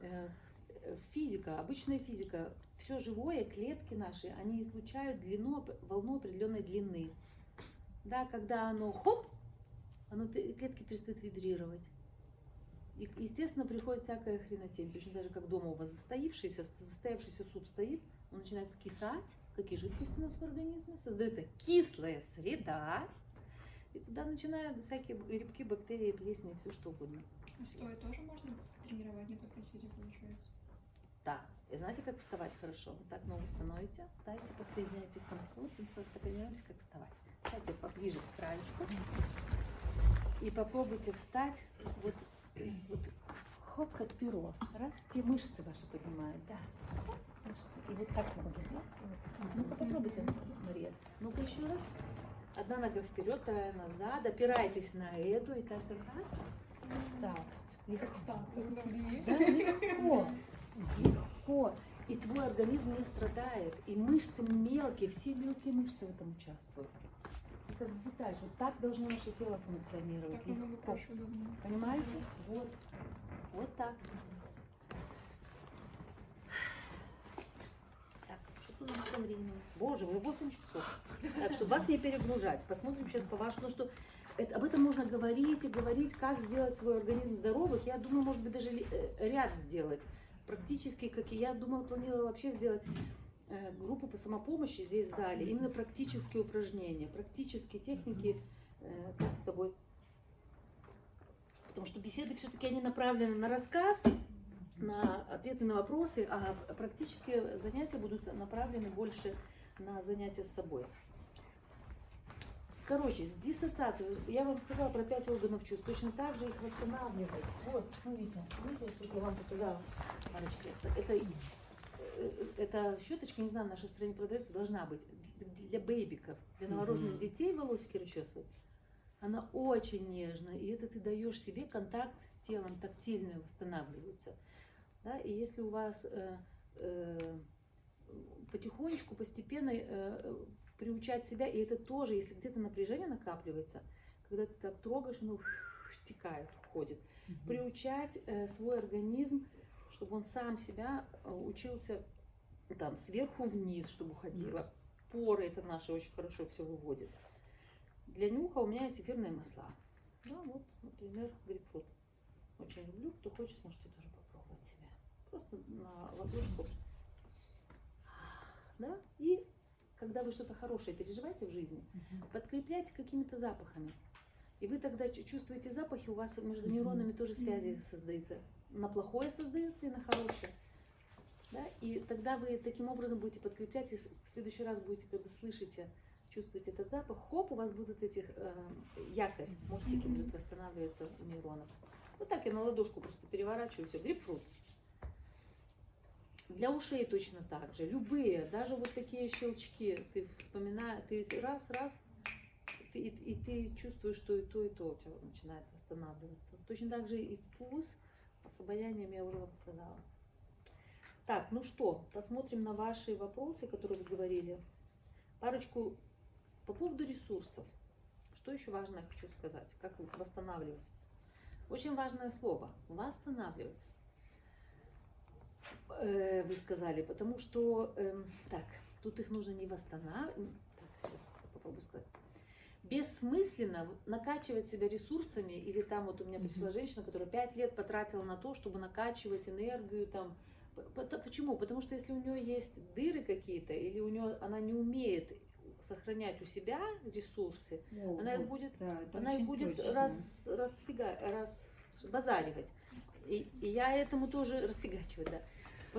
физика, обычная физика, все живое, клетки наши, они излучают волну определенной длины. Да, когда оно клетки перестают вибрировать. И, естественно, приходит всякая хренотень. Точно так же, как дома у вас застоявшийся суп стоит, он начинает скисать. Какие жидкости у нас в организме? Создается кислая среда. И туда начинают всякие грибки, бактерии, плесени, все что угодно. Стоя тоже можно тренировать, не только сидя, получается? Да. И знаете, как вставать хорошо? Вот так ногу становите, ставите, подсоединяете к концу, потренируемся, как вставать. Сядьте поближе к краешку и попробуйте встать вот Хоп, как перо. Раз, те мышцы ваши поднимают, да. Хоп, мышцы. И вот так ноги. Ну-ка попробуйте, Мария. Ну-ка еще раз. Одна нога вперед, вторая назад. Опирайтесь на эту и так раз. Встал. Не как в танцах. Да, легко. Легко. И твой организм не страдает. И мышцы мелкие, все мелкие мышцы в этом участвуют. И как взлетаешь. Вот так должно наше тело функционировать. Так намного Легко. проще, удобнее. Понимаете? Вот. Вот так. Так, что тут у нас со временем? Боже, уже 8 часов. Так что вас не перегружать. Посмотрим сейчас по вашему, потому что об этом можно говорить и говорить, как сделать свой организм здоровым. Я думаю, может быть, даже ряд сделать. Практически, как и я думала, планировала вообще сделать группу по самопомощи здесь в зале. Именно практические упражнения, практические техники, как с собой. Потому что беседы все-таки они направлены на рассказ, на ответы на вопросы, а практические занятия будут направлены больше на занятия с собой. Короче, диссоциация. Я вам сказала про 5 органов чувств. Точно так же их восстанавливать. Вот, смотрите, видите, что я вам показала, Марочка. Эта щеточка, не знаю, в нашей стране продается, должна быть для бейбиков, для новорожденных детей волосики расчесывают. Она очень нежная, и это ты даешь себе контакт с телом, тактильно восстанавливаются. Да? И если у вас потихонечку, постепенно приучать себя, и это тоже, если где-то напряжение накапливается, когда ты так трогаешь, оно стекает, уходит. Приучать свой организм, чтобы он сам себя учился там сверху вниз, чтобы уходило. Поры это наши очень хорошо все выводит. Для нюха у меня есть эфирные масла. Да, вот, например, грейпфрут. Очень люблю. Кто хочет, можете тоже попробовать себе. Просто на ладошку. Да? И когда вы что-то хорошее переживаете в жизни, подкрепляйте какими-то запахами. И вы тогда чувствуете запахи, у вас между нейронами тоже связи создаются. На плохое создаются и на хорошее. Да? И тогда вы таким образом будете подкреплять, и в следующий раз будете, когда слышите, чувствуете этот запах, хоп, у вас будут этих якорь, мостики будут восстанавливаться у нейронов. Вот так я на ладошку просто переворачиваю, все, грейпфрут. Для ушей точно так же. Любые, даже вот такие щелчки, ты вспоминаешь, ты раз, и ты чувствуешь, что и то у тебя начинает восстанавливаться. Точно так же и вкус, с обонянием я уже вам сказала. Так, ну что, посмотрим на ваши вопросы, которые вы говорили. Парочку по поводу ресурсов. Что еще важное хочу сказать? Как восстанавливать? Очень важное слово. Восстанавливать. Вы сказали, потому что, так, тут их нужно не восстанавливать. Так, сейчас попробую сказать. Бессмысленно накачивать себя ресурсами, или там вот у меня пришла женщина, которая 5 лет потратила на то, чтобы накачивать энергию там. Почему? Потому что если у нее есть дыры какие-то, или у нее она не умеет сохранять у себя ресурсы, она их будет, разбазаривать. И я этому тоже расфигачивать, да.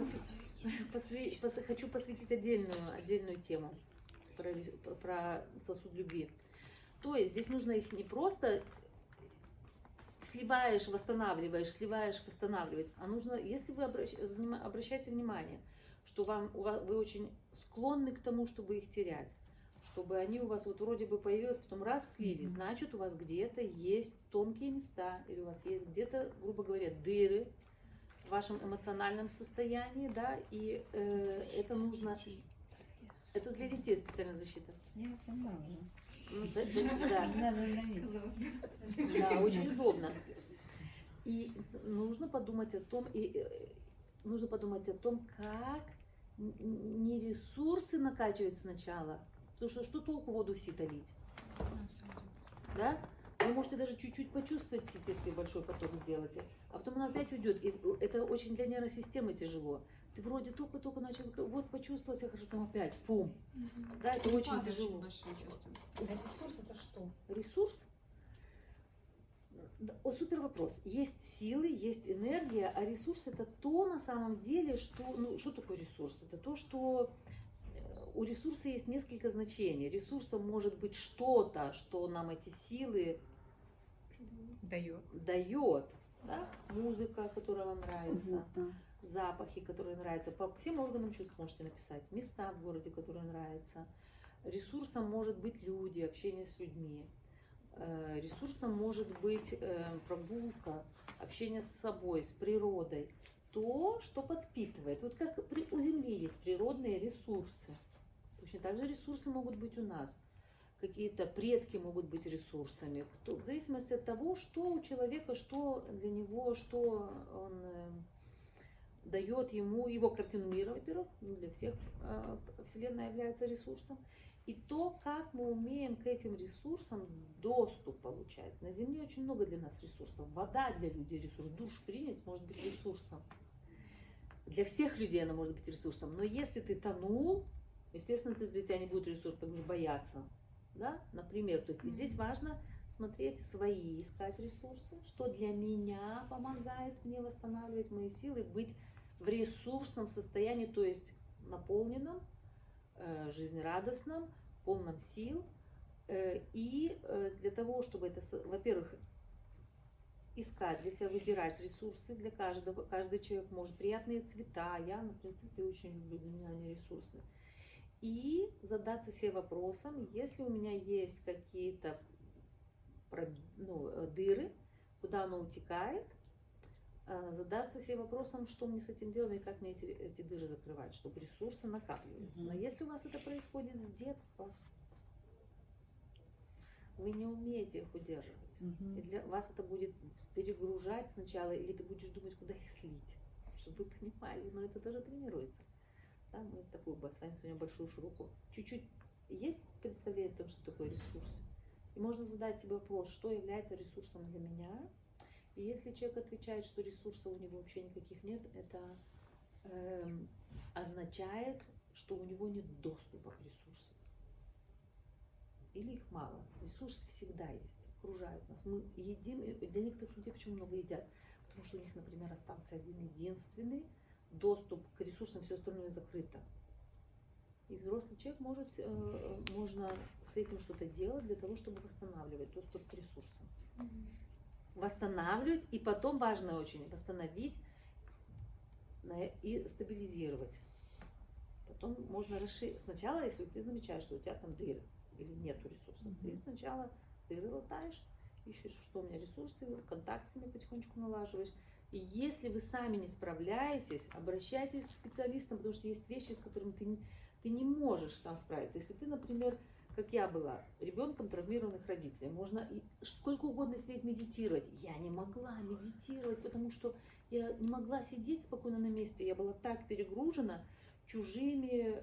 Хочу посвятить отдельную тему про сосуд любви. То есть здесь нужно их не просто сливаешь, восстанавливать, а нужно, если вы обращаете внимание, что вы очень склонны к тому, чтобы их терять, чтобы они у вас вот вроде бы появились, потом раз слились, значит у вас где-то есть тонкие места, или у вас есть где-то, грубо говоря, дыры в вашем эмоциональном состоянии, да, и это нужно, это для детей специальная защита. Я поняла. Да, очень удобно. И нужно подумать о том, как не ресурсы накачивать сначала, потому что толку воду в сито лить? Да? Вы можете даже чуть-чуть почувствовать в сите, если большой поток сделаете, а потом оно опять уйдет. И это очень для нейросистемы тяжело. Ты вроде только начал, вот почувствовал себя хорошо, потом опять, пум. Да, это очень тяжело. А ресурс это что? Ресурс? Супер вопрос. Есть силы, есть энергия, а ресурс это то на самом деле, что, что такое ресурс? Это то, что у ресурса есть несколько значений. Ресурсом может быть что-то, что нам эти силы дает. да? Музыка, которая вам нравится, запахи, которые нравятся. По всем органам чувств можете написать. Места в городе, которые нравятся. Ресурсом может быть люди, общение с людьми. Ресурсом может быть прогулка, общение с собой, с природой. То, что подпитывает. Вот как у Земли есть природные ресурсы. Точно так же ресурсы могут быть у нас. Какие-то предки могут быть ресурсами. В зависимости от того, что у человека, что для него, что он дает ему, его картину мира, во-первых, для всех Вселенная является ресурсом. И то, как мы умеем к этим ресурсам доступ получать. На Земле очень много для нас ресурсов. Вода для людей ресурс. Душ принять может быть ресурсом. Для всех людей она может быть ресурсом. Но если ты тонул, естественно, для тебя не будет ресурс, потому что бояться. Да? Например, то есть здесь важно смотреть свои, искать ресурсы, что для меня помогает мне восстанавливать мои силы, быть в ресурсном состоянии, то есть наполненном, жизнерадостном, полном сил. И для того, чтобы это, во-первых, искать для себя, выбирать ресурсы для каждого. Каждый человек может. Приятные цвета. Я, например, цветы очень люблю, для меня они ресурсные. И задаться себе вопросом, если у меня есть какие-то дыры, куда оно утекает, задаться себе вопросом, что мне с этим делать и как мне эти дыры закрывать, чтобы ресурсы накапливались. Но если у вас это происходит с детства, вы не умеете их удерживать. И для вас это будет перегружать сначала, или ты будешь думать, куда их слить, чтобы вы понимали, но это тоже тренируется. Да, мы такую с вами сегодня большую шуруху. Чуть-чуть есть представление о том, что такое ресурс. И можно задать себе вопрос, что является ресурсом для меня. И если человек отвечает, что ресурсов у него вообще никаких нет, это означает, что у него нет доступа к ресурсам. Или их мало. Ресурсы всегда есть, окружают нас. Мы едим, и для некоторых людей почему много едят? Потому что у них, например, остался один единственный доступ к ресурсам, все остальное закрыто. И взрослый человек можно с этим что-то делать для того, чтобы восстанавливать доступ к ресурсам. Восстанавливать, и потом, важно очень, восстановить и стабилизировать. Потом можно расширить. Сначала, если ты замечаешь, что у тебя там дыры или нету ресурсов, ты сначала дыры латаешь, ищешь, что у меня ресурсы, контакт с ними потихонечку налаживаешь. И если вы сами не справляетесь, обращайтесь к специалистам, потому что есть вещи, с которыми ты не можешь сам справиться. Если ты, например, как я была, ребенком травмированных родителей, можно сколько угодно сидеть медитировать. Я не могла медитировать, потому что я не могла сидеть спокойно на месте. Я была так перегружена чужими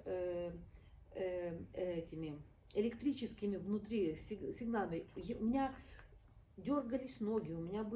этими электрическими внутри сигналами. У меня дергались ноги, у меня были